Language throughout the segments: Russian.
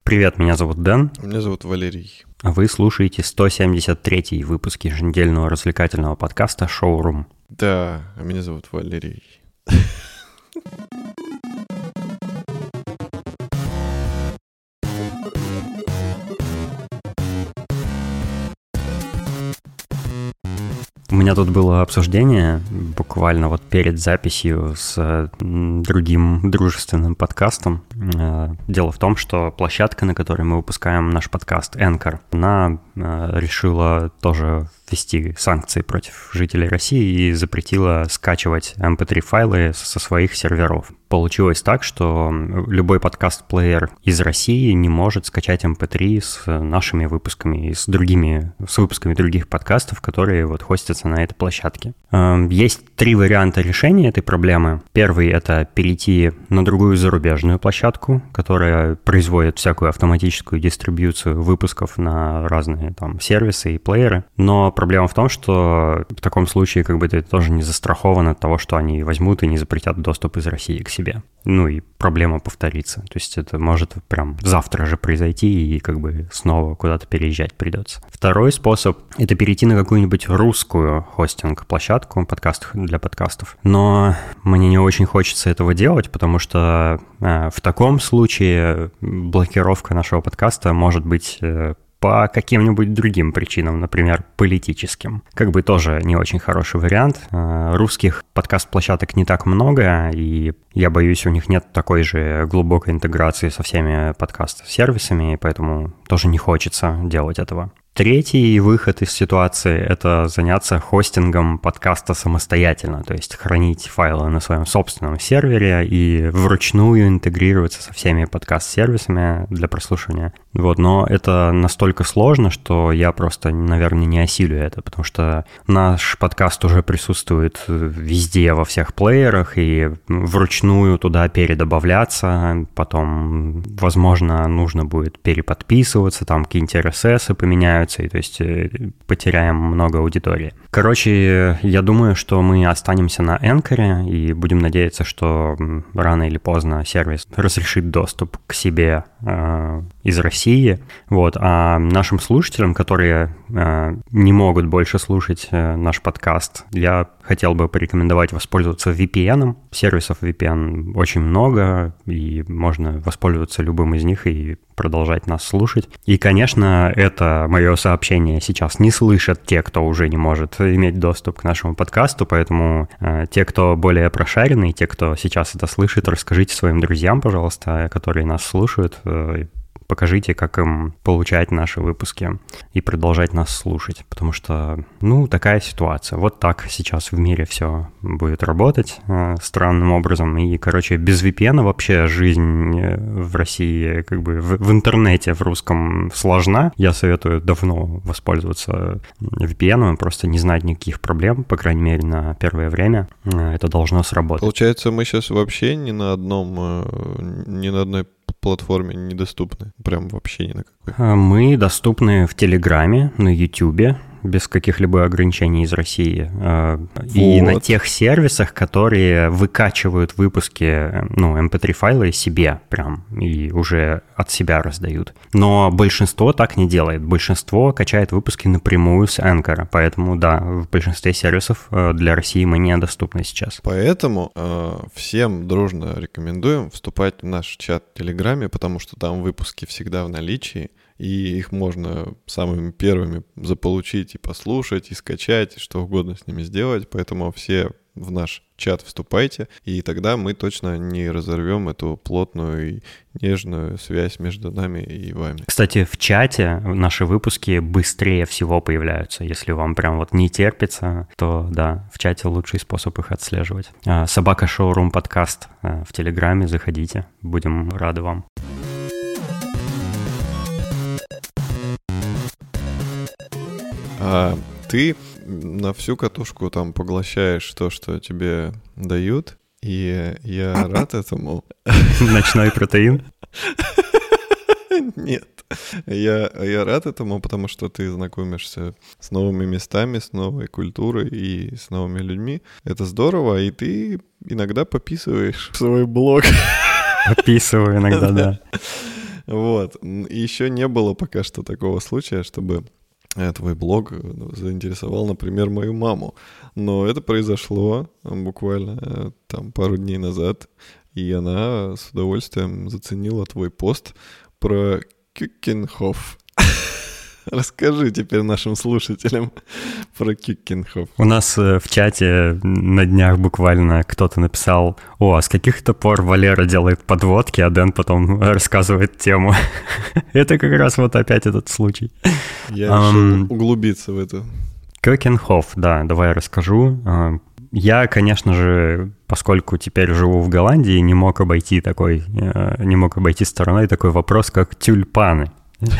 Привет, меня зовут Дэн. Меня зовут Валерий. Вы слушаете 173-й выпуск еженедельного развлекательного подкаста «Шоурум». Да, а меня зовут Валерий. У меня тут было обсуждение буквально вот перед записью с другим дружественным подкастом. Дело в том, что площадка, на которой мы выпускаем наш подкаст, Anchor, она решила тоже ввести санкции против жителей России и запретила скачивать MP3-файлы со своих серверов. Получилось так, что любой подкаст-плеер из России не может скачать MP3 с нашими выпусками и с выпусками других подкастов, которые вот хостятся на этой площадке. Есть три варианта решения этой проблемы. Первый — это перейти на другую зарубежную площадку, которая производит всякую автоматическую дистрибьюцию выпусков на разные там сервисы и плееры. Но проблема в том, что в таком случае как бы ты тоже не застрахован от того, что они возьмут и не запретят доступ из России к себе. Ну и проблема повторится. То есть это может прям завтра же произойти и как бы снова куда-то переезжать придется. Второй способ — это перейти на какую-нибудь русскую хостинг-площадку для подкастов. Но мне не очень хочется этого делать, потому что в таком случае блокировка нашего подкаста может быть по каким-нибудь другим причинам, например, политическим. Как бы тоже не очень хороший вариант. Русских подкаст-площадок не так много, и я боюсь, у них нет такой же глубокой интеграции со всеми подкаст-сервисами, поэтому тоже не хочется делать этого. Третий выход из ситуации — это заняться хостингом подкаста самостоятельно, то есть хранить файлы на своем собственном сервере и вручную интегрироваться со всеми подкаст-сервисами для прослушивания. Вот, но это настолько сложно, что я просто, наверное, не осилю это, потому что наш подкаст уже присутствует везде, во всех плеерах, и вручную туда передобавляться, потом, возможно, нужно будет переподписываться, там какие-нибудь RSS поменяются, и то есть потеряем много аудитории. Короче, я думаю, что мы останемся на Anchor и будем надеяться, что рано или поздно сервис разрешит доступ к себе из России. Вот. А нашим слушателям, которые не могут больше слушать наш подкаст, я хотел бы порекомендовать воспользоваться VPN. Сервисов VPN очень много, и можно воспользоваться любым из них и продолжать нас слушать. И, конечно, это мое сообщение сейчас не слышат те, кто уже не может иметь доступ к нашему подкасту, поэтому те, кто более прошаренный, те, кто сейчас это слышит, расскажите своим друзьям, пожалуйста, которые нас слушают, покажите, как им получать наши выпуски и продолжать нас слушать, потому что, такая ситуация. Вот так сейчас в мире все будет работать странным образом. И, без VPN вообще жизнь в России, как бы в интернете в русском сложна. Я советую давно воспользоваться VPN, просто не знать никаких проблем, по крайней мере, на первое время. Это должно сработать. Получается, мы сейчас вообще ни на одной платформе недоступны. Прям вообще ни на какой. Мы доступны в Телеграме, на Ютубе, без каких-либо ограничений из России. И на тех сервисах, которые выкачивают выпуски, MP3-файлы себе прям, и уже от себя раздают. Но большинство так не делает. Большинство качает выпуски напрямую с Anchor. Поэтому, да, в большинстве сервисов для России мы недоступны сейчас. Поэтому всем дружно рекомендуем вступать в наш чат в Телеграме, потому что там выпуски всегда в наличии, и их можно самыми первыми заполучить и послушать, и скачать, и что угодно с ними сделать. Поэтому все в наш чат вступайте, и тогда мы точно не разорвем эту плотную и нежную связь между нами и вами. Кстати, в чате наши выпуски быстрее всего появляются. Если вам прям вот не терпится, то да, в чате лучший способ их отслеживать. Собака Шоурум подкаст в Телеграме, заходите, будем рады вам. А ты на всю катушку там поглощаешь то, что тебе дают, и я рад этому. Ночной протеин? Нет. Я рад этому, потому что ты знакомишься с новыми местами, с новой культурой и с новыми людьми. Это здорово, и ты иногда пописываешь в свой блог. Пописываю иногда, да. Вот. И еще не было пока что такого случая, чтобы твой блог заинтересовал, например, мою маму. Но это произошло буквально там пару дней назад, и она с удовольствием заценила твой пост про Кюкенхоф. Расскажи теперь нашим слушателям про Кюкенхоф. У нас в чате на днях буквально кто-то написал: «О, а с каких-то пор Валера делает подводки, а Дэн потом рассказывает тему». Это как раз вот опять этот случай. Я решил углубиться в это. Кюкенхоф, да, давай я расскажу. Я, конечно же, поскольку теперь живу в Голландии, не мог обойти стороной такой вопрос, как тюльпаны.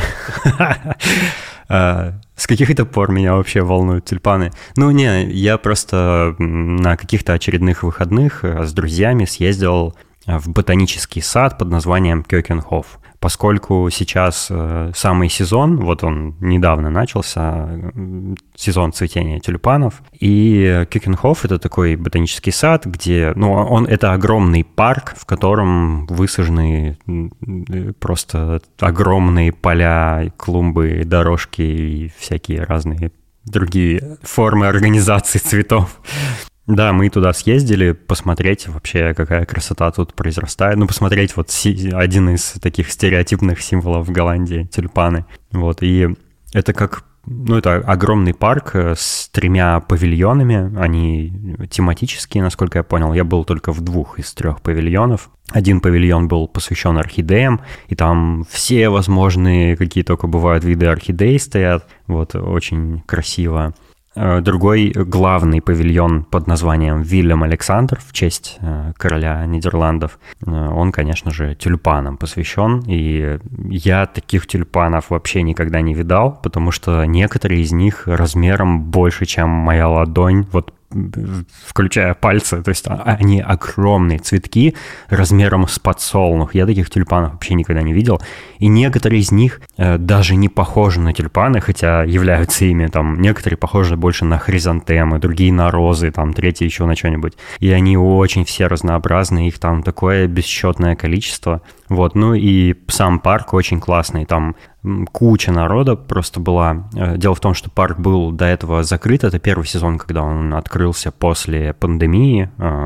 С каких это пор меня вообще волнуют тюльпаны? Ну, не, я просто на каких-то очередных выходных с друзьями съездил в ботанический сад под названием Кюкенхоф. Поскольку сейчас самый сезон, вот он недавно начался, сезон цветения тюльпанов, и Кюкенхоф — это такой ботанический сад, где, это огромный парк, в котором высажены просто огромные поля, клумбы, дорожки и всякие разные другие формы организации цветов. Да, мы туда съездили посмотреть вообще, какая красота тут произрастает. Посмотреть вот один из таких стереотипных символов в Голландии — тюльпаны. Вот, и это как... это огромный парк с 3 павильонами. Они тематические, насколько я понял. Я был только в 2 из 3 павильонов. Один павильон был посвящен орхидеям, и там все возможные, какие только бывают, виды орхидей стоят. Вот, очень красиво. Другой главный павильон под названием Вильям Александр в честь короля Нидерландов. Он, конечно же, тюльпанам посвящен. И я таких тюльпанов вообще никогда не видал, потому что некоторые из них размером больше, чем моя ладонь, вот включая пальцы. То есть они огромные цветки размером с подсолнух. Я таких тюльпанов вообще никогда не видел. И некоторые из них даже не похожи на тюльпаны, хотя являются ими. Там некоторые похожи больше на хризантемы, другие на розы, там третьи еще на что-нибудь. И они очень все разнообразные, их там такое бесчетное количество. Вот, и сам парк очень классный, там куча народа просто была. Дело в том, что парк был до этого закрыт, это первый сезон, когда он открылся после пандемии,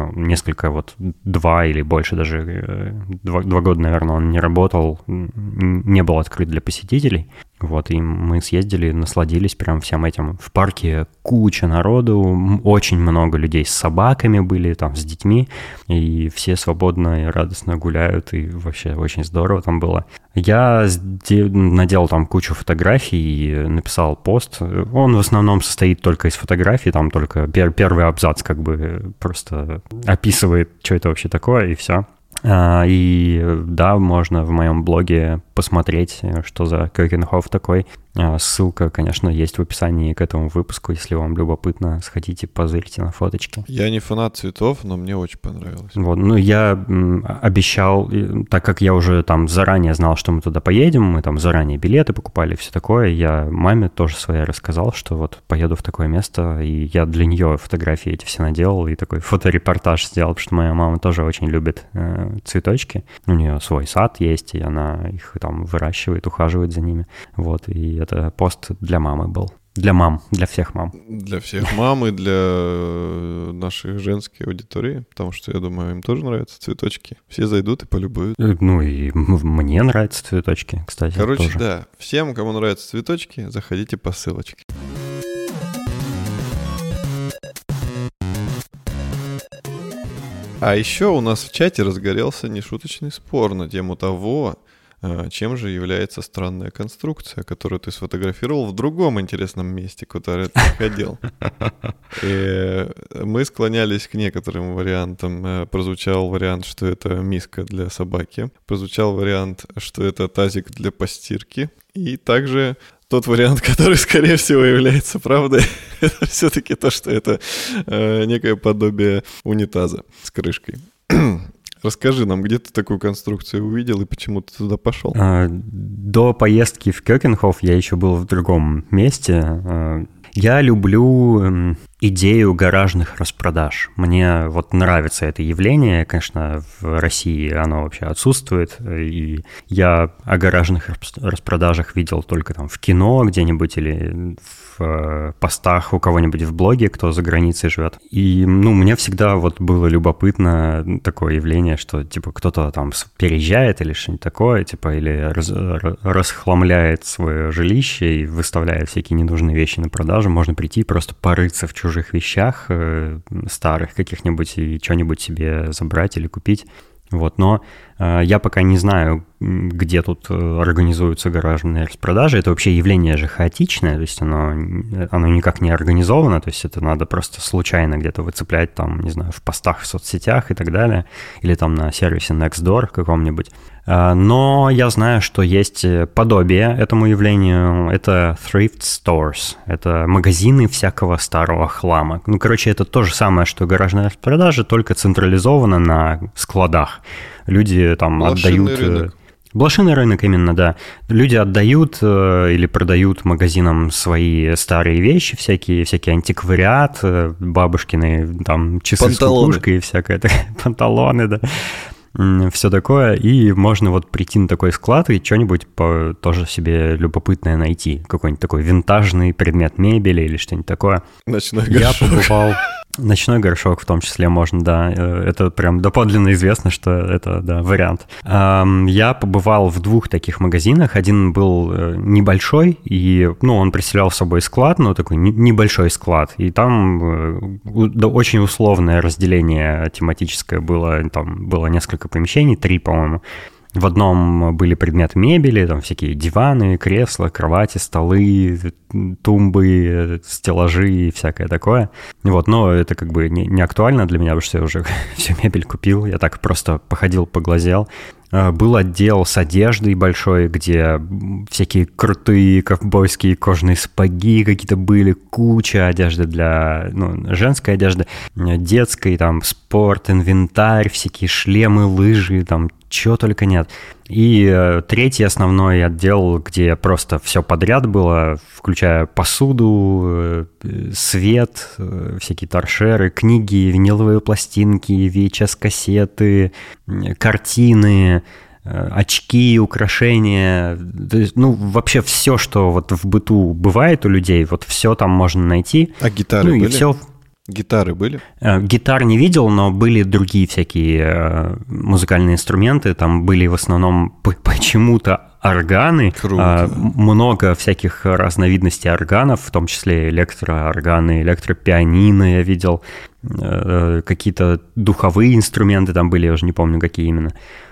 2 или больше даже, 2 года, наверное, он не работал, не был открыт для посетителей. Вот, и мы съездили, насладились прям всем этим. В парке куча народу, очень много людей с собаками были, там, с детьми, и все свободно и радостно гуляют, и вообще очень здорово там было. Я наделал там кучу фотографий и написал пост. Он в основном состоит только из фотографий, там только первый абзац как бы просто описывает, что это вообще такое, и все. И да, можно в моем блоге посмотреть, что за Кюкенхоф такой. Ссылка, конечно, есть в описании к этому выпуску. Если вам любопытно, сходите, позырьте на фоточки. Я не фанат цветов, но мне очень понравилось. Вот, я обещал, так как я уже там заранее знал, что мы туда поедем, мы там заранее билеты покупали, все такое, я маме тоже своей рассказал, что вот поеду в такое место, и я для нее фотографии эти все наделал, и такой фоторепортаж сделал, потому что моя мама тоже очень любит цветочки. У нее свой сад есть, и она их там выращивает, ухаживает за ними. Вот, и это пост для мамы был. Для мам, для всех мам. Для всех мам и для нашей женской аудитории, потому что, я думаю, им тоже нравятся цветочки. Все зайдут и полюбуют. И мне нравятся цветочки, кстати. Короче, тоже. Да, всем, кому нравятся цветочки, заходите по ссылочке. А еще у нас в чате разгорелся нешуточный спор на тему того, чем же является странная конструкция, которую ты сфотографировал в другом интересном месте, куда ты ходил. И мы склонялись к некоторым вариантам. Прозвучал вариант, что это миска для собаки. Прозвучал вариант, что это тазик для постирки. И также тот вариант, который, скорее всего, является правдой, это все-таки то, что это некое подобие унитаза с крышкой. Расскажи нам, где ты такую конструкцию увидел и почему ты туда пошел? До поездки в Кюкенхоф я еще был в другом месте. Я люблю идею гаражных распродаж. Мне вот нравится это явление. Конечно, в России оно вообще отсутствует. И я о гаражных распродажах видел только там в кино где-нибудь или в постах у кого-нибудь в блоге, кто за границей живет. И, мне всегда вот было любопытно такое явление, что, типа, кто-то там переезжает или что-нибудь такое, типа, или расхламляет свое жилище и выставляет всякие ненужные вещи на продажу. Можно прийти и просто порыться в чужих вещах старых каких-нибудь и что-нибудь себе забрать или купить. Вот, но я пока не знаю, где тут организуются гаражные распродажи. Это вообще явление же хаотичное, то есть оно никак не организовано, то есть это надо просто случайно где-то выцеплять, там, не знаю, в постах в соцсетях и так далее, или там на сервисе Nextdoor каком-нибудь. Но я знаю, что есть подобие этому явлению. Это thrift stores. Это магазины всякого старого хлама. Короче, это то же самое, что гаражная распродажа, только централизовано на складах. Люди там отдают... Рынок. Блошиный рынок именно, да. Люди отдают или продают магазинам свои старые вещи, всякие антиквариат, бабушкины там часы с кукушкой и всякое. Панталоны, да. Все такое, и можно вот прийти на такой склад и что-нибудь тоже себе любопытное найти. Какой-нибудь такой винтажный предмет мебели или что-нибудь такое. Ночной горшок. Я побывал... Ночной горшок в том числе можно, да. Это прям доподлинно известно, что это, да, вариант. Я побывал в 2 таких магазинах. Один был небольшой, и, он представлял собой склад, такой небольшой склад. И там очень условное разделение тематическое было. Там было несколько помещений, 3, по-моему. В одном были предметы мебели, там всякие диваны, кресла, кровати, столы, тумбы, стеллажи и всякое такое. Вот, но это как бы не актуально для меня, потому что я уже всю мебель купил, я так просто походил, поглазел. Был отдел с одеждой большой, где всякие крутые ковбойские кожаные сапоги какие-то были, куча одежды для, женской одежды, детской, там, спорт, инвентарь, всякие шлемы, лыжи, там, чего только нет. И 3-й основной отдел, где просто все подряд было, включая посуду, свет, всякие торшеры, книги, виниловые пластинки, VHS-кассеты, картины, очки, украшения, то есть, вообще все, что вот в быту бывает у людей, вот все там можно найти. А гитары были? И все... Гитары были? Гитар не видел, но были другие всякие музыкальные инструменты. Там были в основном почему-то органы. Круто. Много всяких разновидностей органов, в том числе электроорганы, электропианино я видел. Какие-то духовые инструменты там были, я уже не помню, какие именно.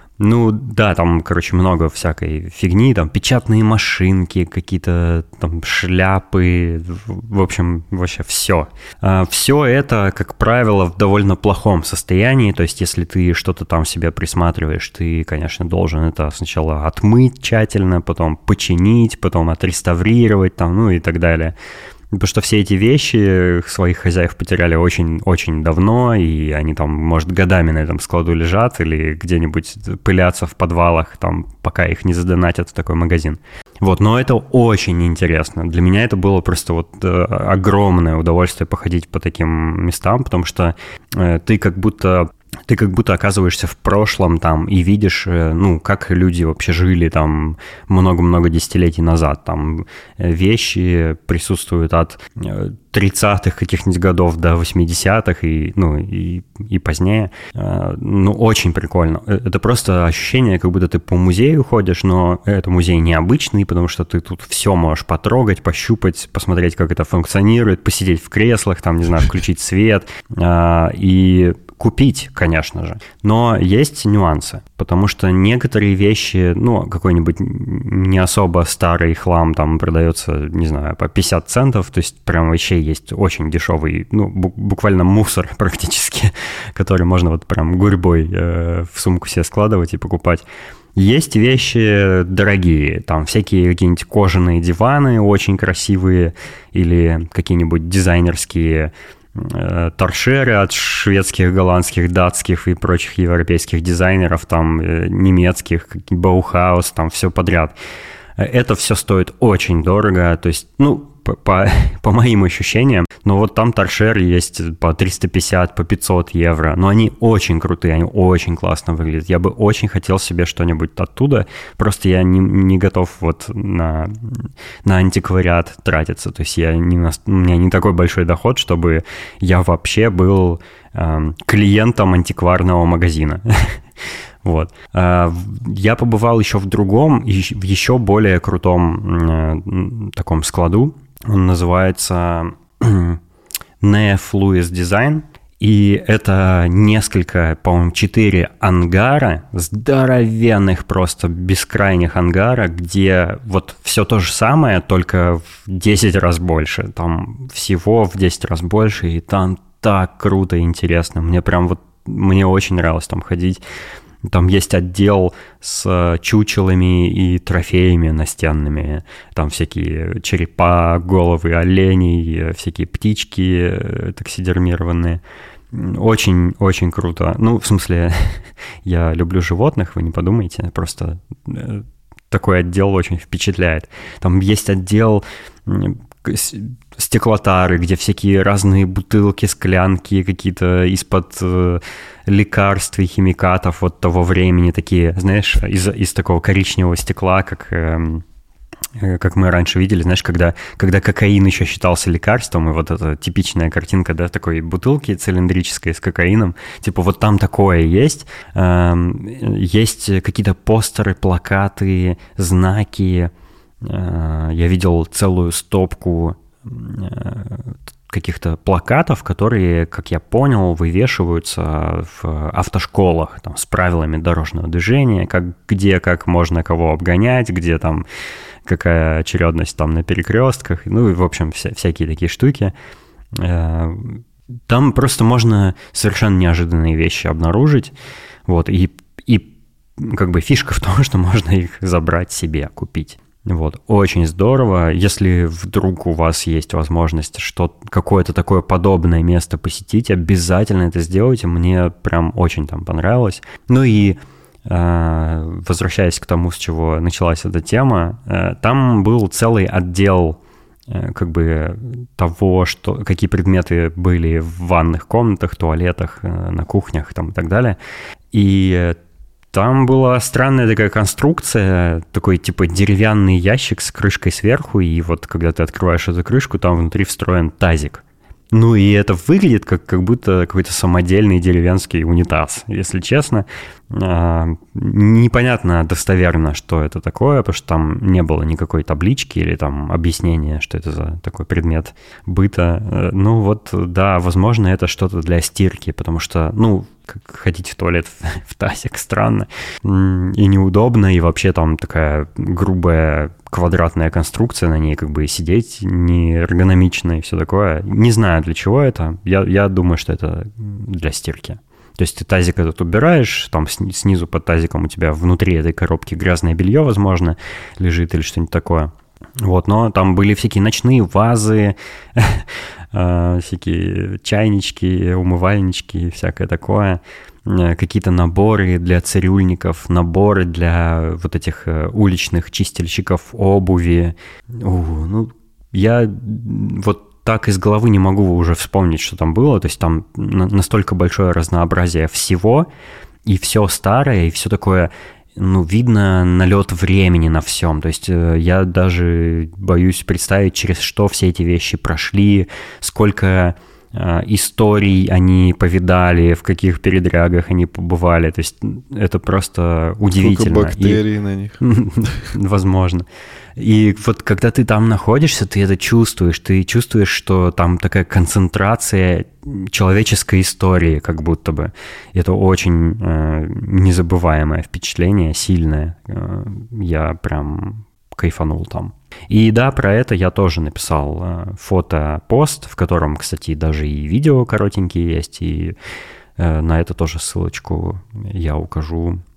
Да, там, короче, много всякой фигни, там печатные машинки, какие-то там шляпы, в общем, вообще все. Все это, как правило, в довольно плохом состоянии, то есть если ты что-то там себе присматриваешь, ты, конечно, должен это сначала отмыть тщательно, потом починить, потом отреставрировать, там, и так далее. Потому что все эти вещи своих хозяев потеряли очень-очень давно, и они там, может, годами на этом складу лежат или где-нибудь пылятся в подвалах, там, пока их не задонатят в такой магазин. Вот, но это очень интересно. Для меня это было просто вот огромное удовольствие походить по таким местам, потому что ты как будто оказываешься в прошлом там и видишь, как люди вообще жили там много-много десятилетий назад. Там вещи присутствуют от 30-х каких-нибудь годов до 80-х и позднее. Очень прикольно. Это просто ощущение, как будто ты по музею ходишь, но это музей необычный, потому что ты тут все можешь потрогать, пощупать, посмотреть, как это функционирует, посидеть в креслах, там, не знаю, включить свет и купить, конечно же. Но есть нюансы, потому что некоторые вещи, какой-нибудь не особо старый хлам там продается, не знаю, по 50 центов, то есть прям вообще есть очень дешевый, буквально мусор практически, который можно вот прям гурьбой в сумку себе складывать и покупать. Есть вещи дорогие, там всякие какие-нибудь кожаные диваны очень красивые или какие-нибудь дизайнерские торшеры от шведских, голландских, датских и прочих европейских дизайнеров, там немецких, Баухаус, там все подряд. Это все стоит очень дорого, то есть, по моим ощущениям, Но вот там торшеры есть по 350, по 500 евро. Но они очень крутые, они очень классно выглядят. Я бы очень хотел себе что-нибудь оттуда. Просто я не готов вот на антиквариат тратиться. То есть у меня не такой большой доход, чтобы я вообще был клиентом антикварного магазина. Вот. Я побывал еще в другом, в еще более крутом таком складу. Он называется Neff Lewis Design. И это несколько, по-моему, 4 ангара, здоровенных просто, бескрайних ангара, где вот все то же самое, только в 10 раз больше. Там всего в 10 раз больше, и там так круто и интересно. Мне очень нравилось там ходить. Там есть отдел с чучелами и трофеями настенными. Там всякие черепа, головы оленей, всякие птички таксидермированные. Очень-очень круто. Ну, в смысле, я люблю животных, вы не подумайте. Просто такой отдел очень впечатляет. Там есть отдел стеклотары, где всякие разные бутылки, склянки какие-то из-под лекарств и химикатов вот того времени, такие, знаешь, из такого коричневого стекла, как мы раньше видели, знаешь, когда кокаин еще считался лекарством, и вот эта типичная картинка, да, такой бутылки цилиндрической с кокаином, типа вот там такое есть. Есть какие-то постеры, плакаты, знаки. Я видел целую стопку каких-то плакатов, которые, как я понял, вывешиваются в автошколах там, с правилами дорожного движения, где как можно кого обгонять, где там какая очередность там на перекрестках, ну и, в общем, всякие такие штуки. Там просто можно совершенно неожиданные вещи обнаружить, вот, и как бы фишка в том, что можно их забрать себе, купить. Вот, очень здорово. Если вдруг у вас есть возможность какое-то такое подобное место посетить, обязательно это сделайте. Мне прям очень там понравилось. Ну и возвращаясь к тому, с чего началась эта тема, там был целый отдел как бы того, какие предметы были в ванных комнатах, туалетах, на кухнях там, и так далее. И там была странная такая конструкция, такой типа деревянный ящик с крышкой сверху, и вот когда ты открываешь эту крышку, там внутри встроен тазик. Ну и это выглядит как будто какой-то самодельный деревенский унитаз, если честно. Непонятно достоверно, что это такое, потому что там не было никакой таблички или там объяснения, что это за такой предмет быта. Ну вот, да, возможно, это что-то для стирки, потому что, ну, как ходить в туалет в тазик странно и неудобно, и вообще там такая грубая квадратная конструкция, на ней как бы сидеть не эргономично и все такое. Не знаю, для чего это. Я думаю, что это для стирки. То есть ты тазик этот убираешь, там снизу под тазиком у тебя внутри этой коробки грязное белье, возможно, лежит или что-нибудь такое. Вот, но там были всякие ночные вазы, всякие чайнички, умывальнички, всякое такое. Какие-то наборы для цирюльников, наборы для вот этих уличных чистильщиков обуви. Ну, я вот так из головы не могу уже вспомнить, что там было. То есть там настолько большое разнообразие всего, и все старое, и все такое, ну, видно налет времени на всем. То есть я даже боюсь представить, через что все эти вещи прошли, сколько историй они повидали, в каких передрягах они побывали. То есть это просто удивительно. Сколько бактерий на них. Возможно. И вот когда ты там находишься, ты это чувствуешь. Ты чувствуешь, что там такая концентрация человеческой истории, как будто бы. Это очень незабываемое впечатление, сильное. Я прям кайфанул там. И да, про это я тоже написал фото-пост, в котором, кстати, даже и видео коротенькие есть, и на это тоже ссылочку я укажу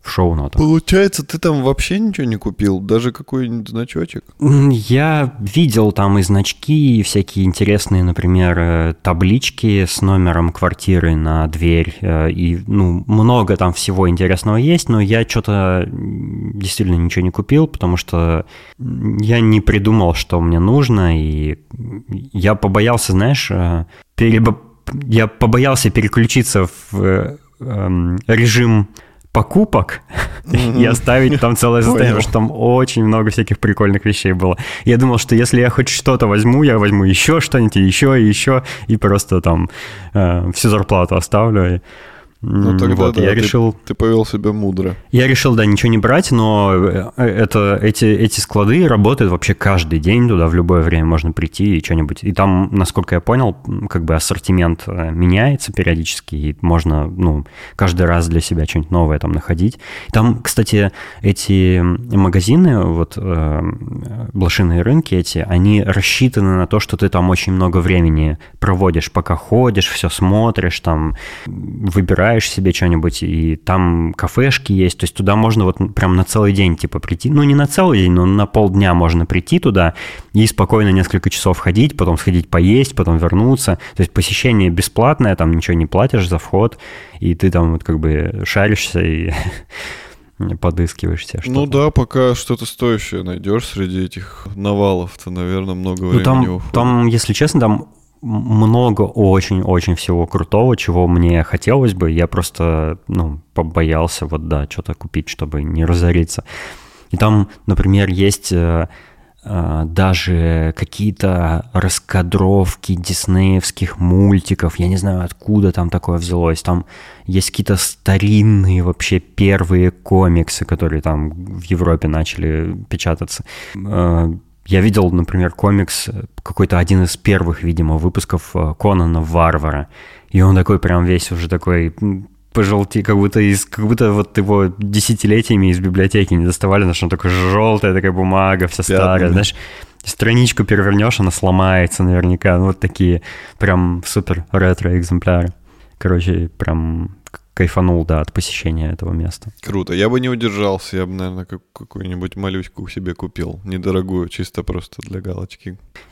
в шоу-нотах. Получается, ты там вообще ничего не купил? Даже какой-нибудь значочек? Я видел там и значки, и всякие интересные, например, таблички с номером квартиры на дверь. И, много там всего интересного есть, но я что-то действительно ничего не купил, потому что я не придумал, что мне нужно, и я побоялся, знаешь, я побоялся переключиться в режим покупок и оставить там целое состояние, потому что там очень много всяких прикольных вещей было. Я думал, что если я хоть что-то возьму, я возьму еще что-нибудь, еще, и просто там всю зарплату оставлю. Тогда я решил... Ты повел себя мудро. Я решил, ничего не брать, но эти склады работают вообще каждый день, туда в любое время можно прийти и что-нибудь. И там, насколько я понял, ассортимент меняется периодически, и можно, каждый раз для себя что-нибудь новое там находить. Там, кстати, эти магазины, блошиные рынки эти, они рассчитаны на то, что ты там очень много времени проводишь, пока ходишь, все смотришь, там, выбираешь себе что-нибудь, и там кафешки есть, то есть туда можно прям на целый день прийти, не на целый день, но на полдня можно прийти туда и спокойно несколько часов ходить, потом сходить поесть, потом вернуться, то есть посещение бесплатное, там ничего не платишь за вход, и ты там шаришься и подыскиваешь себе что-то. Пока что-то стоящее найдешь среди этих навалов, то, наверное, много времени уходит. Там, если честно, там много очень-очень всего крутого, чего мне хотелось бы. Я просто, побоялся что-то купить, чтобы не разориться. И там, например, есть даже какие-то раскадровки диснеевских мультиков. Я не знаю, откуда там такое взялось. Там есть какие-то старинные вообще первые комиксы, которые там в Европе начали печататься. Я видел, например, комикс, какой-то один из первых, видимо, выпусков Конана Варвара. И он такой прям весь уже такой пожелтел, как будто его десятилетиями из библиотеки не доставали, потому что он такой желтая такая бумага, вся старая, знаешь. Страничку перевернешь, она сломается наверняка. Такие прям супер ретро-экземпляры. Короче, прям кайфанул, от посещения этого места. Круто. Я бы не удержался, я бы, наверное, какую-нибудь малютку себе купил. Недорогую, чисто просто для галочки.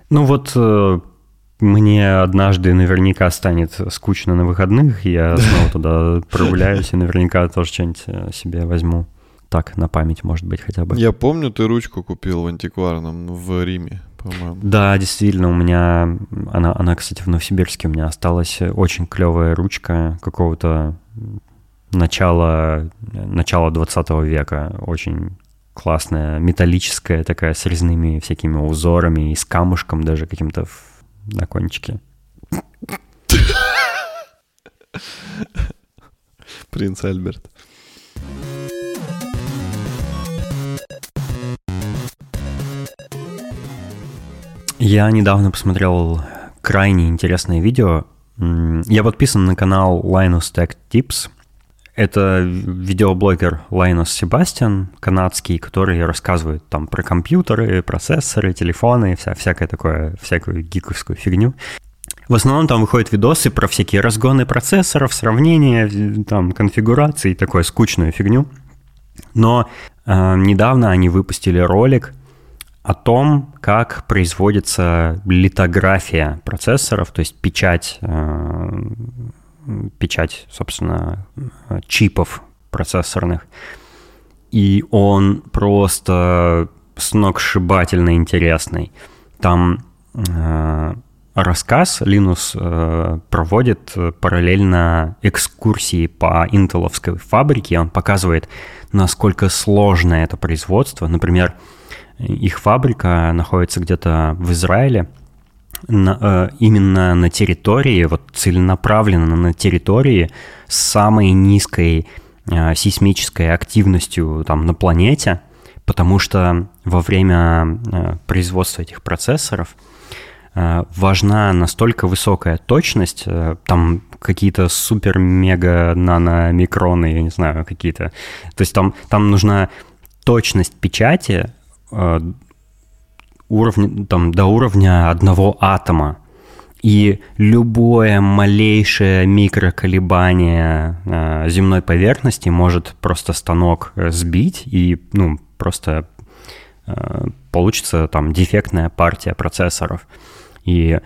Мне однажды наверняка станет скучно на выходных, я снова туда прогуляюсь и наверняка тоже что-нибудь себе возьму. Так, на память, может быть, хотя бы. Я помню, ты ручку купил в антикварном в Риме, по-моему. Да, действительно, у меня... Она, кстати, в Новосибирске у меня осталась очень клевая ручка какого-то начала 20 века. Очень классная, металлическая такая, с резными всякими узорами и с камушком даже каким-то на кончике. Принц Альберт. Я недавно посмотрел крайне интересное видео. Я подписан на канал Linus Tech Tips. Это видеоблогер Лайнус Себастьян, канадский, который рассказывает там про компьютеры, процессоры, телефоны, всякую гиковскую фигню. В основном там выходят видосы про всякие разгоны процессоров, сравнения, там, конфигурации, такую скучную фигню. Но недавно они выпустили ролик о том, как производится литография процессоров, то есть печать, собственно, чипов процессорных. И он просто сногсшибательно интересный. Там рассказ Линус проводит параллельно экскурсии по интеловской фабрике. Он показывает, насколько сложно это производство. Например, их фабрика находится где-то в Израиле, именно на территории, целенаправленно на территории с самой низкой сейсмической активностью там на планете, потому что во время производства этих процессоров важна настолько высокая точность, там какие-то супер-мега-наномикроны, я не знаю, какие-то. То есть там нужна точность печати до уровня одного атома. И любое малейшее микроколебание земной поверхности может просто станок сбить, и просто получится там дефектная партия процессоров. И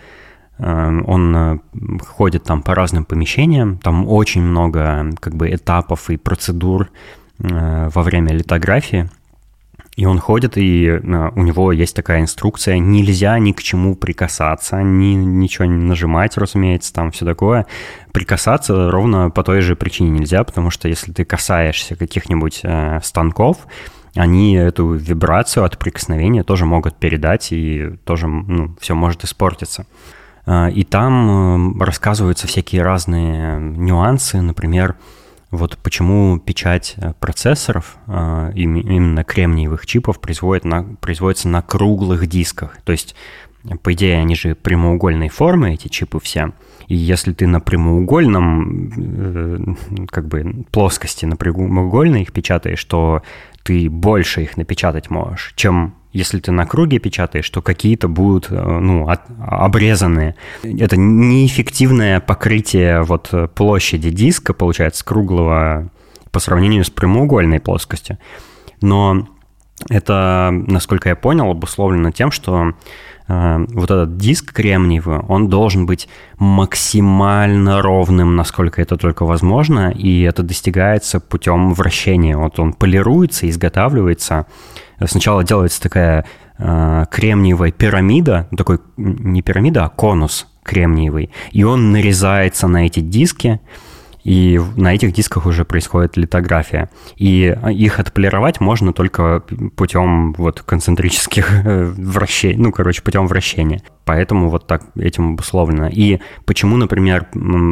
он ходит там по разным помещениям, там очень много этапов и процедур во время литографии. И он ходит, и у него есть такая инструкция: нельзя ни к чему прикасаться, ничего не нажимать, разумеется, там все такое. Прикасаться ровно по той же причине нельзя, потому что если ты касаешься каких-нибудь станков, они эту вибрацию от прикосновения тоже могут передать, и тоже все может испортиться. И там рассказываются всякие разные нюансы, например, вот почему печать процессоров, именно кремниевых чипов, производится на круглых дисках. То есть, по идее, они же прямоугольной формы, эти чипы все. И если ты на прямоугольном, плоскости, на прямоугольной их печатаешь, то ты больше их напечатать можешь, чем если ты на круге печатаешь, то какие-то будут обрезанные. Это неэффективное покрытие площади диска, получается, круглого по сравнению с прямоугольной плоскостью. Но это, насколько я понял, обусловлено тем, что вот этот диск кремниевый, он должен быть максимально ровным, насколько это только возможно, и это достигается путем вращения. Вот он полируется, изготавливается. Сначала делается такая кремниевая пирамида, такой не пирамида, а конус кремниевый, и он нарезается на эти диски, и на этих дисках уже происходит литография. И их отполировать можно только путем концентрических вращений, путем вращения. Поэтому вот так этим обусловлено. И почему, например,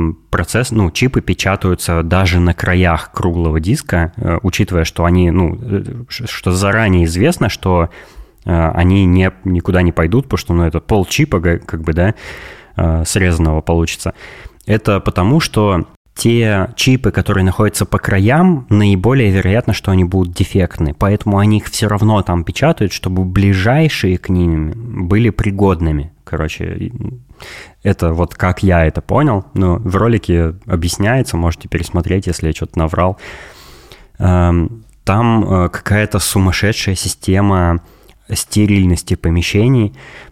чипы печатаются даже на краях круглого диска, учитывая, что они, что заранее известно, что они никуда не пойдут, потому что это полчипа, срезанного получится. Это потому, что те чипы, которые находятся по краям, наиболее вероятно, что они будут дефектны. Поэтому они их все равно там печатают, чтобы ближайшие к ним были пригодными. Это вот как я это понял. Но в ролике объясняется, можете пересмотреть, если я что-то наврал. Там какая-то сумасшедшая система стерильности помещений.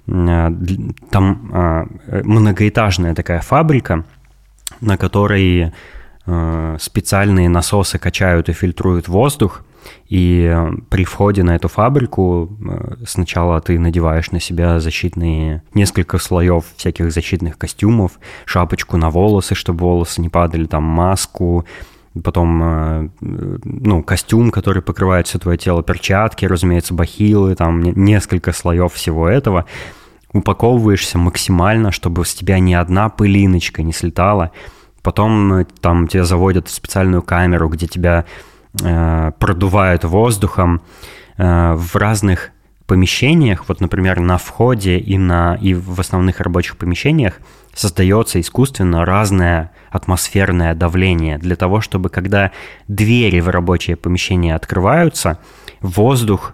Там многоэтажная такая фабрика, на которой специальные насосы качают и фильтруют воздух, и при входе на эту фабрику сначала ты надеваешь на себя несколько слоев всяких защитных костюмов, шапочку на волосы, чтобы волосы не падали, там маску, потом костюм, который покрывает все твое тело, перчатки, разумеется, бахилы, там несколько слоев всего этого. Упаковываешься максимально, чтобы с тебя ни одна пылиночка не слетала. Потом там тебя заводят в специальную камеру, где тебя продувают воздухом. В разных помещениях, например, на входе и в основных рабочих помещениях создается искусственно разное атмосферное давление для того, чтобы когда двери в рабочее помещение открываются, воздух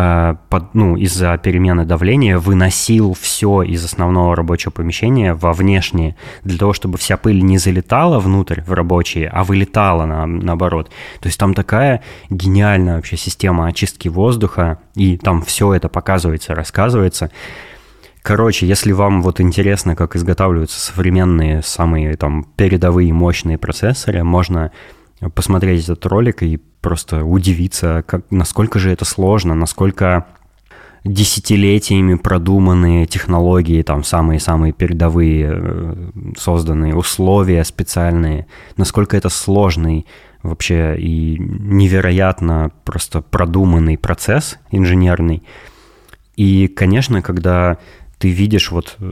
из-за перемены давления выносил все из основного рабочего помещения во внешнее, для того, чтобы вся пыль не залетала внутрь в рабочие, а вылетала наоборот. То есть там такая гениальная вообще система очистки воздуха, и там все это показывается, рассказывается. Если вам интересно, как изготавливаются современные, самые передовые мощные процессоры, можно посмотреть этот ролик и просто удивиться, насколько же это сложно, насколько десятилетиями продуманные технологии, самые-самые передовые созданные условия специальные, насколько это сложный вообще и невероятно просто продуманный процесс инженерный. И, конечно, когда ты видишь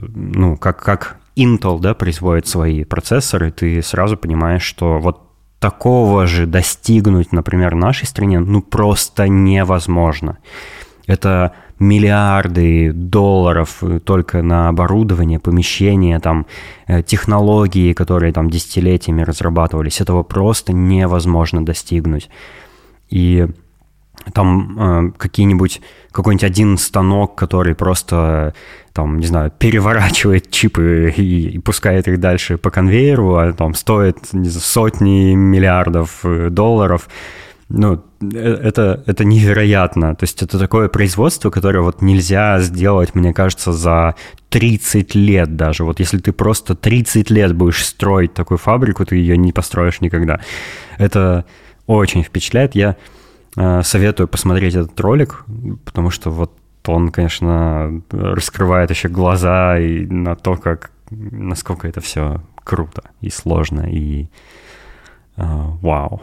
как Intel, производит свои процессоры, ты сразу понимаешь, что такого же достигнуть, например, в нашей стране, просто невозможно. Это миллиарды долларов только на оборудование, помещения, технологии, которые десятилетиями разрабатывались. Этого просто невозможно достигнуть. И там какой-нибудь один станок, который просто, там, не знаю, переворачивает чипы и пускает их дальше по конвейеру, а там стоит, не знаю, сотни миллиардов долларов. Ну, это невероятно. То есть это такое производство, которое вот нельзя сделать, мне кажется, за 30 лет даже. Вот если ты просто 30 лет будешь строить такую фабрику, ты ее не построишь никогда. Это очень впечатляет. Я советую посмотреть этот ролик, потому что вот он, конечно, раскрывает еще глаза и на то, насколько это все круто и сложно, и вау.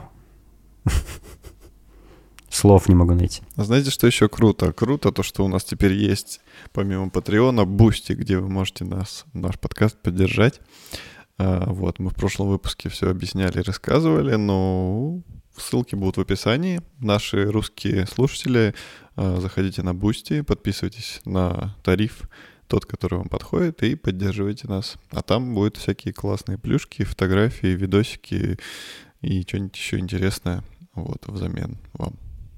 Слов не могу найти. А знаете, что еще круто? Круто то, что у нас теперь есть, помимо Патреона, Бусти, где вы можете наш подкаст поддержать. Вот, мы в прошлом выпуске все объясняли и рассказывали, но ссылки будут в описании. Наши русские слушатели, заходите на Бусти, подписывайтесь на тариф, тот, который вам подходит, и поддерживайте нас. А там будут всякие классные плюшки, фотографии, видосики и что-нибудь еще интересное вот, взамен вам.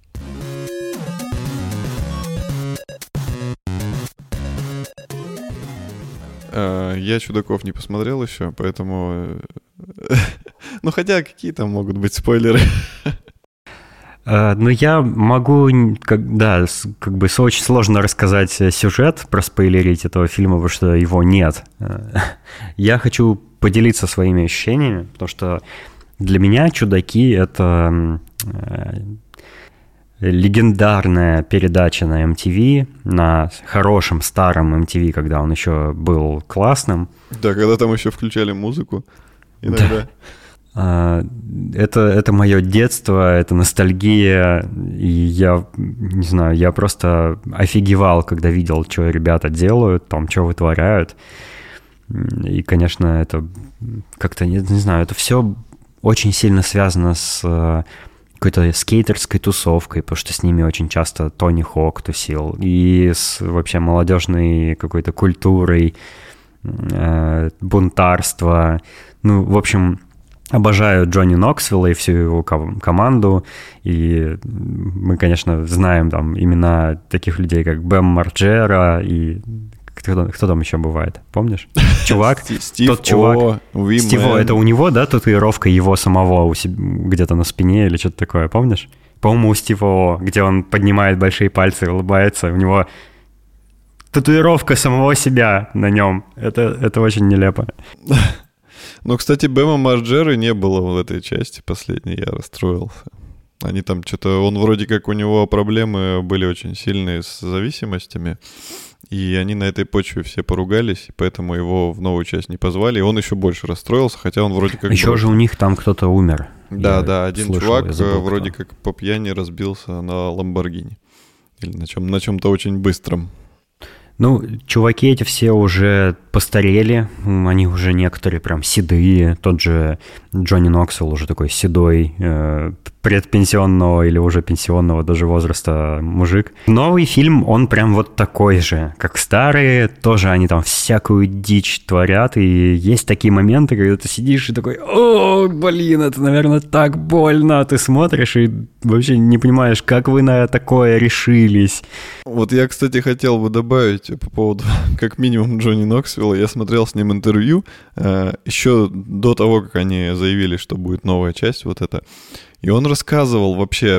Я «Чудаков» не посмотрел еще, поэтому... Ну, хотя какие там могут быть спойлеры? Ну, я могу, как бы очень сложно рассказать сюжет, проспойлерить этого фильма, потому что его нет. Я хочу поделиться своими ощущениями, потому что для меня «Чудаки» — это легендарная передача на MTV, на хорошем старом MTV, когда он еще был классным. Да, когда там еще включали музыку иногда. Да. Это мое детство, это ностальгия, и я, не знаю, я просто офигевал, когда видел, что ребята делают, там, что вытворяют. И, конечно, это как-то, не знаю, это все очень сильно связано с какой-то скейтерской тусовкой, потому что с ними очень часто Тони Хок тусил, и с вообще молодежной какой-то культурой, бунтарства. Ну, в общем, обожаю Джонни Ноксвилла и всю его команду, и мы, конечно, знаем там имена таких людей, как Бэм Марджера и... Кто там еще бывает, помнишь? Чувак, тот чувак, Стив-О, это у него, да, татуировка его самого где-то на спине или что-то такое, помнишь? По-моему, у Стива-О, где он поднимает большие пальцы и улыбается, у него татуировка самого себя на нем. Это очень нелепо. Ну, кстати, Бэма Марджеры не было в этой части последней, я расстроился. Они там что-то... Он вроде как, у него проблемы были очень сильные с зависимостями, и они на этой почве все поругались, и поэтому его в новую часть не позвали, и он еще больше расстроился, хотя он вроде как... Еще же у них там кто-то умер. Да, один чувак вроде как по пьяни разбился на Ламборгини. Или на чем-то очень быстром. Ну, чуваки эти все уже постарели, они уже некоторые прям седые. Тот же Джонни Ноксвилл уже такой седой, предпенсионного или уже пенсионного даже возраста мужик. Новый фильм, он прям вот такой же, как старые. Тоже они там всякую дичь творят. И есть такие моменты, когда ты сидишь и такой: о, блин, это, наверное, так больно. Ты смотришь и вообще не понимаешь, как вы на такое решились. Вот я, кстати, хотел бы добавить по поводу, как минимум, Джонни Ноксвилла. Я смотрел с ним интервью еще до того, как они заявили, что будет новая часть вот эта. И он рассказывал вообще,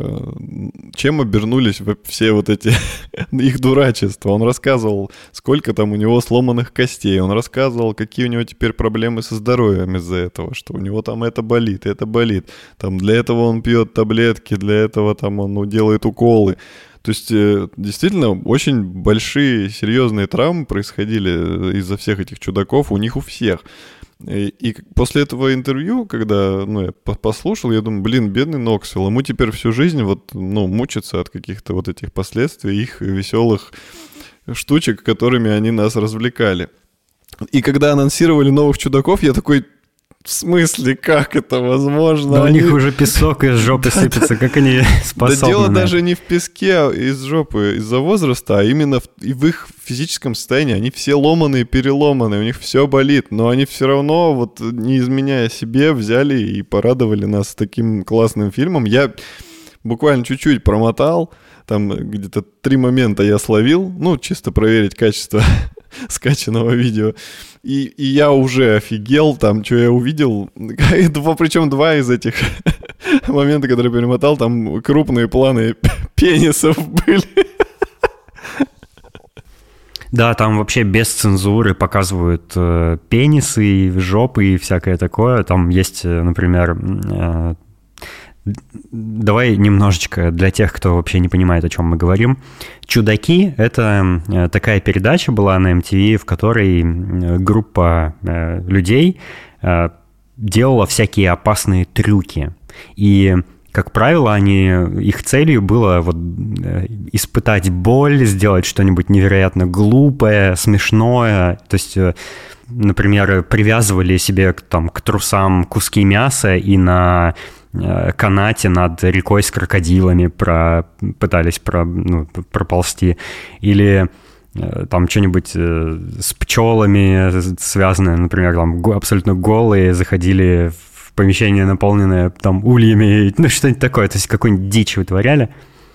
чем обернулись все вот эти их дурачества. Он рассказывал, сколько там у него сломанных костей. Он рассказывал, какие у него теперь проблемы со здоровьем из-за этого, что у него там это болит, это болит. Там для этого он пьет таблетки, для этого там он делает уколы. То есть, действительно, очень большие, серьезные травмы происходили из-за всех этих чудаков, у них у всех. И после этого интервью, когда я послушал, я думаю, блин, бедный Ноксвилл, ему теперь всю жизнь мучиться от каких-то вот этих последствий их веселых штучек, которыми они нас развлекали. И когда анонсировали новых чудаков, я такой: в смысле, как это возможно? Да у них уже песок из жопы сыпется, как они способны? Да дело даже не в песке из жопы из-за возраста, а именно в их физическом состоянии. Они все ломаные, переломанные, у них все болит, но они все равно, не изменяя себе, взяли и порадовали нас таким классным фильмом. буквально чуть-чуть промотал, там где-то 3 момента я словил, ну, чисто проверить качество скачанного видео, и я уже офигел, там, что я увидел, причем 2 из этих момента, которые перемотал, там крупные планы пенисов были. Да, там вообще без цензуры показывают пенисы, жопы и всякое такое. Там есть, например, давай немножечко для тех, кто вообще не понимает, о чем мы говорим. «Чудаки» — это такая передача была на MTV, в которой группа людей делала всякие опасные трюки. И, как правило, их целью было вот испытать боль, сделать что-нибудь невероятно глупое, смешное. То есть, например, привязывали себе там, к трусам куски мяса и на канате над рекой с крокодилами пытались проползти. Или там что-нибудь с пчелами связанное, например, там абсолютно голые заходили в помещение, наполненное там ульями, ну что-нибудь такое, то есть какую-нибудь дичь вытворяли.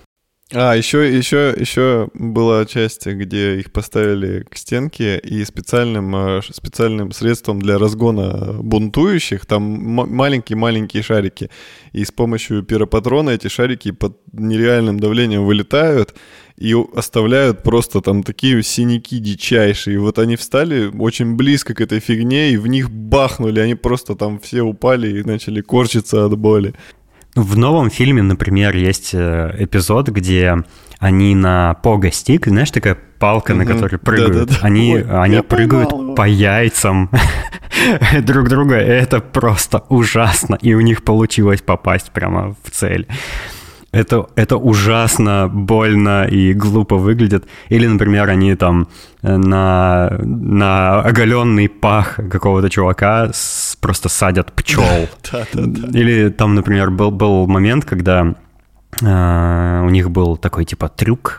Еще была часть, где их поставили к стенке и специальным средством для разгона бунтующих, там маленькие-маленькие шарики, и с помощью пиропатрона эти шарики под нереальным давлением вылетают и оставляют просто там такие синяки дичайшие. Вот они встали очень близко к этой фигне, и в них бахнули, они просто там все упали и начали корчиться от боли. В новом фильме, например, есть эпизод, где они на пого-стик, знаешь, такая палка, на которой прыгают. Да. Они прыгают по яйцам друг друга. Это просто ужасно. И у них получилось попасть прямо в цель. Это ужасно больно и глупо выглядит. Или, например, они там на оголенный пах какого-то чувака просто садят пчел. Или там, например, был момент, когда у них был такой типа трюк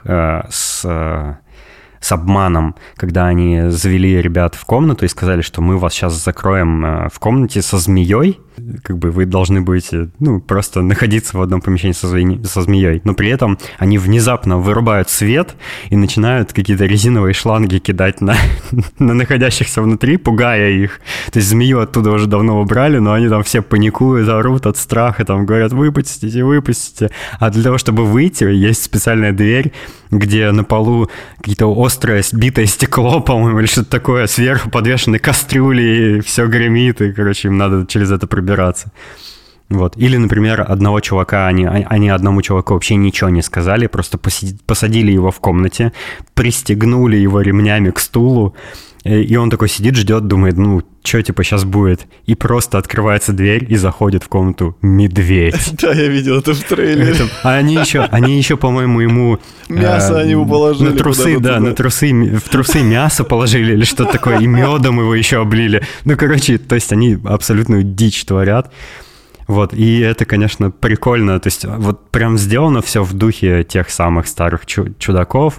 с обманом, когда они завели ребят в комнату и сказали, что мы вас сейчас закроем в комнате со змеей, как бы вы должны будете, просто находиться в одном помещении со змеей, но при этом они внезапно вырубают свет и начинают какие-то резиновые шланги кидать на находящихся внутри, пугая их. То есть змею оттуда уже давно убрали, но они там все паникуют, орут от страха, там говорят: выпустите. А для того, чтобы выйти, есть специальная дверь, где на полу какие-то острое битое стекло, по-моему, или что-то такое, сверху подвешены кастрюли, и все гремит, и, короче, им надо через это пробираться. Вот. Или, например, одного чувака, они одному чуваку вообще ничего не сказали, просто посадили его в комнате, пристегнули его ремнями к стулу, и он такой сидит, ждет, думает, что типа сейчас будет. И просто открывается дверь, и заходит в комнату медведь. Да, я видел это в трейлере. Они еще, по-моему, ему... Мясо они ему положили. На трусы, да, в трусы мясо положили или что-то такое, и медом его еще облили. То есть они абсолютную дичь творят. Вот, и это, конечно, прикольно. То есть вот прям сделано все в духе тех самых старых чудаков.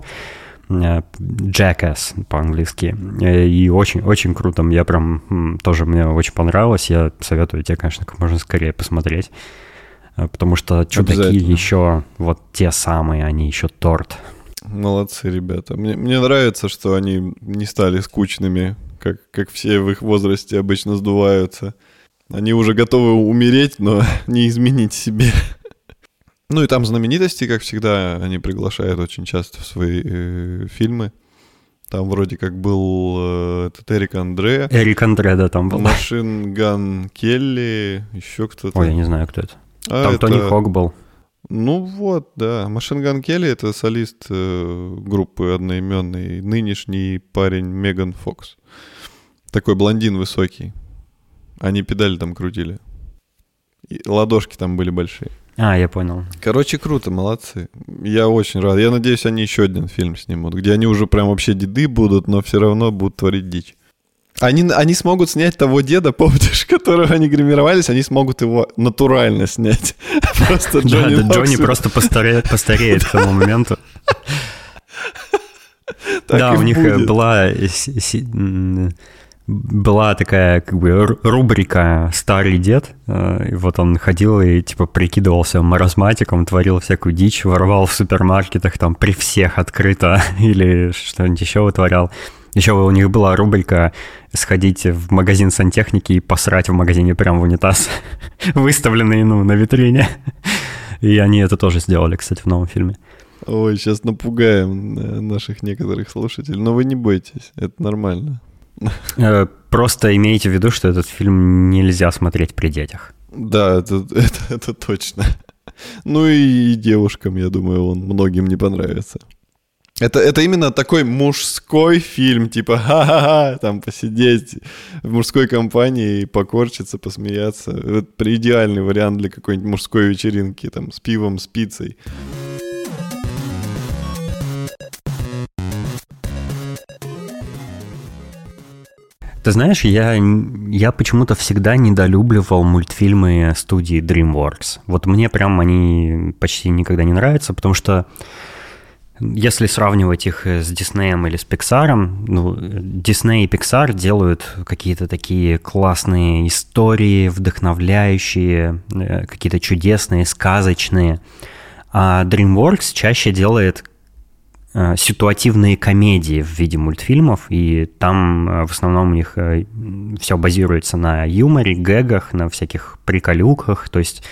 Jackass по-английски. И очень-очень круто. Я прям тоже, мне очень понравилось. Я советую тебе, конечно, как можно скорее посмотреть. Потому что чудаки еще вот те самые, они еще торт. Молодцы, ребята. Мне нравится, что они не стали скучными, как все в их возрасте обычно сдуваются. Они уже готовы умереть, но не изменить себе. Ну и там знаменитости, как всегда, они приглашают очень часто в свои фильмы. Там вроде как был этот Эрик Андре. Эрик Андре, да, там был. Машин Ган Келли, еще кто-то. Ой, я не знаю, кто это. Там это... Тони Хок был. Ну вот, да. Машин Ган Келли — это солист группы одноименной, нынешний парень Меган Фокс. Такой блондин высокий. Они педали там крутили. И ладошки там были большие. Я понял. Короче, круто, молодцы. Я очень рад. Я надеюсь, они еще один фильм снимут, где они уже прям вообще деды будут, но все равно будут творить дичь. Они смогут снять того деда, помнишь, которого они гримировались, они смогут его натурально снять. Просто Джонни просто постареет к тому моменту. Да, у них была была такая как бы рубрика «Старый дед». И вот он ходил и типа прикидывался маразматиком, творил всякую дичь, воровал в супермаркетах там при всех открыто или что-нибудь еще вытворял. Еще у них была рубрика «Сходить в магазин сантехники и посрать в магазине прямо в унитаз», выставленный на витрине. И они это тоже сделали, кстати, в новом фильме. Ой, сейчас напугаем наших некоторых слушателей. Но вы не бойтесь, это нормально. Просто имейте в виду, что этот фильм нельзя смотреть при детях. Да, это точно. Ну и девушкам, я думаю, он многим не понравится. Это именно такой мужской фильм, типа ха-ха-ха, там посидеть в мужской компании и покорчиться, посмеяться. Это идеальный вариант для какой-нибудь мужской вечеринки, там, с пивом, с пиццей. Ты знаешь, я почему-то всегда недолюбливал мультфильмы студии DreamWorks. Вот мне прям они почти никогда не нравятся, потому что если сравнивать их с Диснеем или с Пиксаром, Дисней и Пиксар делают какие-то такие классные истории, вдохновляющие, какие-то чудесные, сказочные. А DreamWorks чаще делает ситуативные комедии в виде мультфильмов, и там в основном у них все базируется на юморе, гэгах, на всяких приколюках, то есть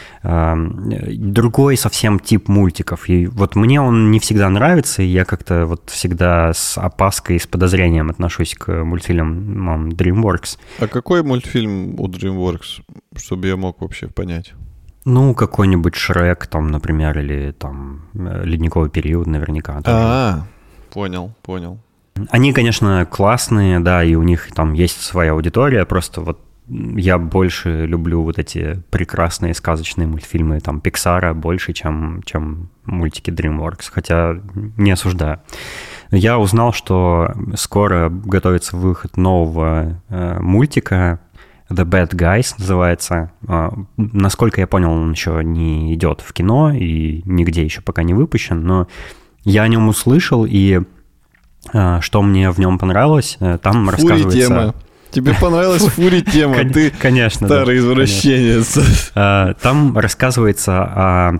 другой совсем тип мультиков. И вот мне он не всегда нравится, и я как-то вот всегда с опаской, с подозрением отношусь к мультфильмам DreamWorks. А какой мультфильм у DreamWorks, чтобы я мог вообще понять? Ну, какой-нибудь Шрек, там, например, или там Ледниковый период наверняка. Понял. Они, конечно, классные, да, и у них там есть своя аудитория, просто вот я больше люблю вот эти прекрасные сказочные мультфильмы там Пиксара больше, чем мультики DreamWorks, хотя не осуждаю. Я узнал, что скоро готовится выход нового мультика, The Bad Guys называется. Насколько я понял, он еще не идет в кино и нигде еще пока не выпущен, но я о нем услышал, и что мне в нем понравилось, там рассказывается... Тема. Тебе понравилась Фури тема? Ты, конечно, старый извращенец. Там рассказывается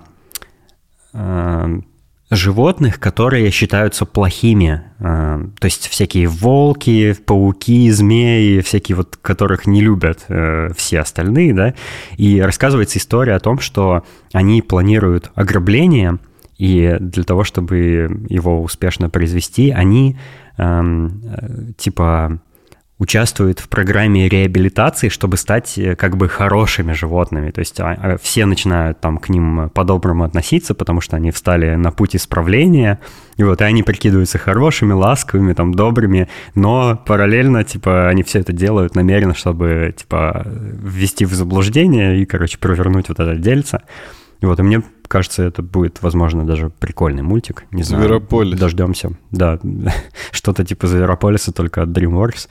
о животных, которые считаются плохими. То есть всякие волки, пауки, змеи, всякие вот, которых не любят все остальные, да. И рассказывается история о том, что они планируют ограбление, и для того, чтобы его успешно произвести, они участвуют в программе реабилитации, чтобы стать как бы хорошими животными. То есть все начинают там к ним по-доброму относиться, потому что они встали на путь исправления, и вот и они прикидываются хорошими, ласковыми, там, добрыми, но параллельно, они все это делают намеренно, чтобы, ввести в заблуждение и, провернуть вот это дельце. И вот, и мне кажется, это будет, возможно, даже прикольный мультик. Не знаю. Зверополис. Дождемся. Да, что-то типа Зверополиса, только от DreamWorks.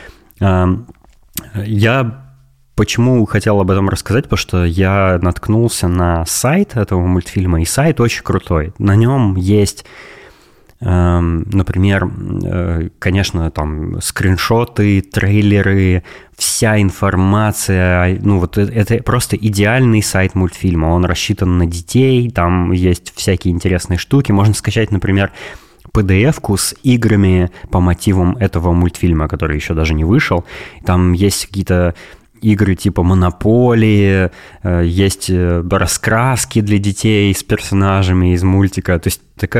Я почему хотел об этом рассказать, потому что я наткнулся на сайт этого мультфильма, и сайт очень крутой. На нем есть... Например, конечно, там скриншоты, трейлеры, вся информация. Это просто идеальный сайт мультфильма. Он рассчитан на детей, там есть всякие интересные штуки. Можно скачать, например, PDF-ку с играми по мотивам этого мультфильма, который еще даже не вышел. Там есть какие-то игры типа Монополии, есть раскраски для детей с персонажами из мультика. То есть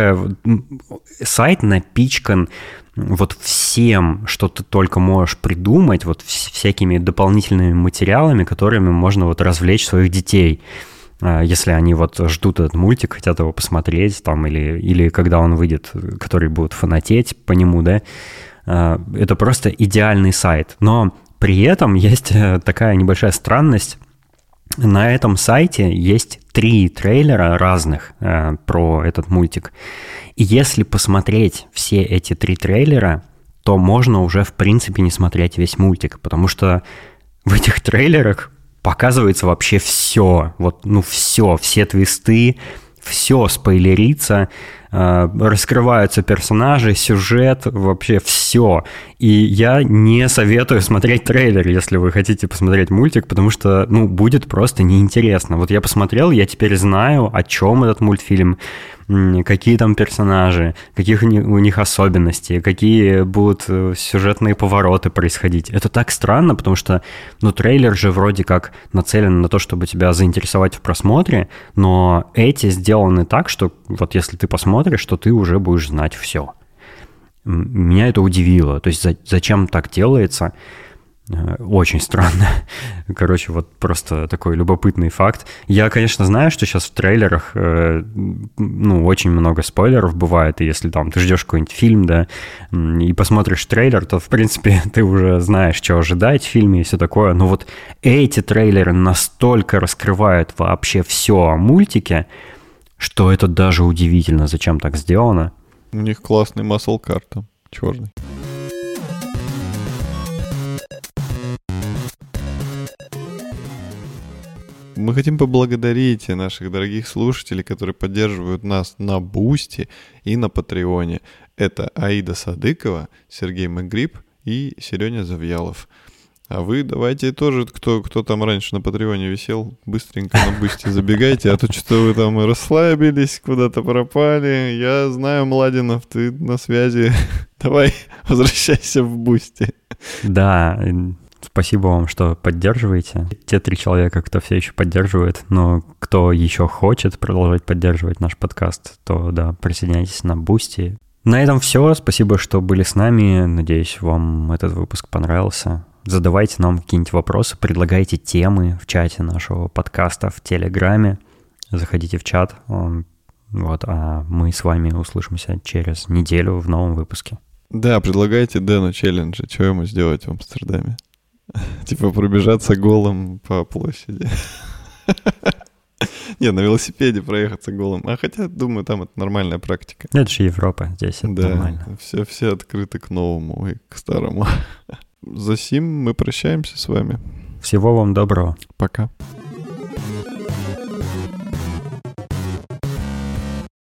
сайт напичкан вот всем, что ты только можешь придумать, вот всякими дополнительными материалами, которыми можно вот развлечь своих детей. Если они вот ждут этот мультик, хотят его посмотреть, там, или когда он выйдет, которые будут фанатеть по нему, да. Это просто идеальный сайт. Но при этом есть такая небольшая странность. На этом сайте есть 3 трейлера разных про этот мультик. И если посмотреть все эти 3 трейлера, то можно уже в принципе не смотреть весь мультик, потому что в этих трейлерах показывается вообще все. Вот, все твисты, все спойлерится. раскрываются персонажи, сюжет, вообще все. И я не советую смотреть трейлер, если вы хотите посмотреть мультик, потому что, будет просто неинтересно. Вот я посмотрел, я теперь знаю, о чем этот мультфильм, какие там персонажи, каких у них особенности, какие будут сюжетные повороты происходить. Это так странно, потому что, трейлер же вроде как нацелен на то, чтобы тебя заинтересовать в просмотре, но эти сделаны так, что вот если ты посмотришь, то ты уже будешь знать все. Меня это удивило. То есть зачем так делается? Очень странно. Короче, вот просто такой любопытный факт. Я, конечно, знаю, что сейчас в трейлерах, очень много спойлеров бывает, и если там ты ждешь какой-нибудь фильм, да, и посмотришь трейлер, то, в принципе, ты уже знаешь, что ожидать в фильме и все такое. Но вот эти трейлеры настолько раскрывают вообще все о мультике, что это даже удивительно, зачем так сделано. У них классный маслкар там, черный. Мы хотим поблагодарить наших дорогих слушателей, которые поддерживают нас на Бусти и на Патреоне. Это Аида Садыкова, Сергей Макгриб и Серёня Завьялов. А вы давайте тоже, кто там раньше на Патреоне висел, быстренько на Бусти забегайте, а то что вы там расслабились, куда-то пропали. Я знаю, Младинов, ты на связи. Давай, возвращайся в Бусти. Да, спасибо вам, что поддерживаете. Те 3 человека, кто все еще поддерживает, но кто еще хочет продолжать поддерживать наш подкаст, то да, присоединяйтесь на Бусти. На этом все. Спасибо, что были с нами. Надеюсь, вам этот выпуск понравился. Задавайте нам какие-нибудь вопросы, предлагайте темы в чате нашего подкаста в Телеграме. Заходите в чат. А мы с вами услышимся через неделю в новом выпуске. Да, предлагайте Дэну челленджи. Что ему сделать в Амстердаме? Типа пробежаться голым по площади. Не, на велосипеде проехаться голым. А хотя, думаю, там это нормальная практика. Это же Европа, здесь это нормально. Да, все открыты к новому и к старому. За сим мы прощаемся с вами. Всего вам доброго. Пока.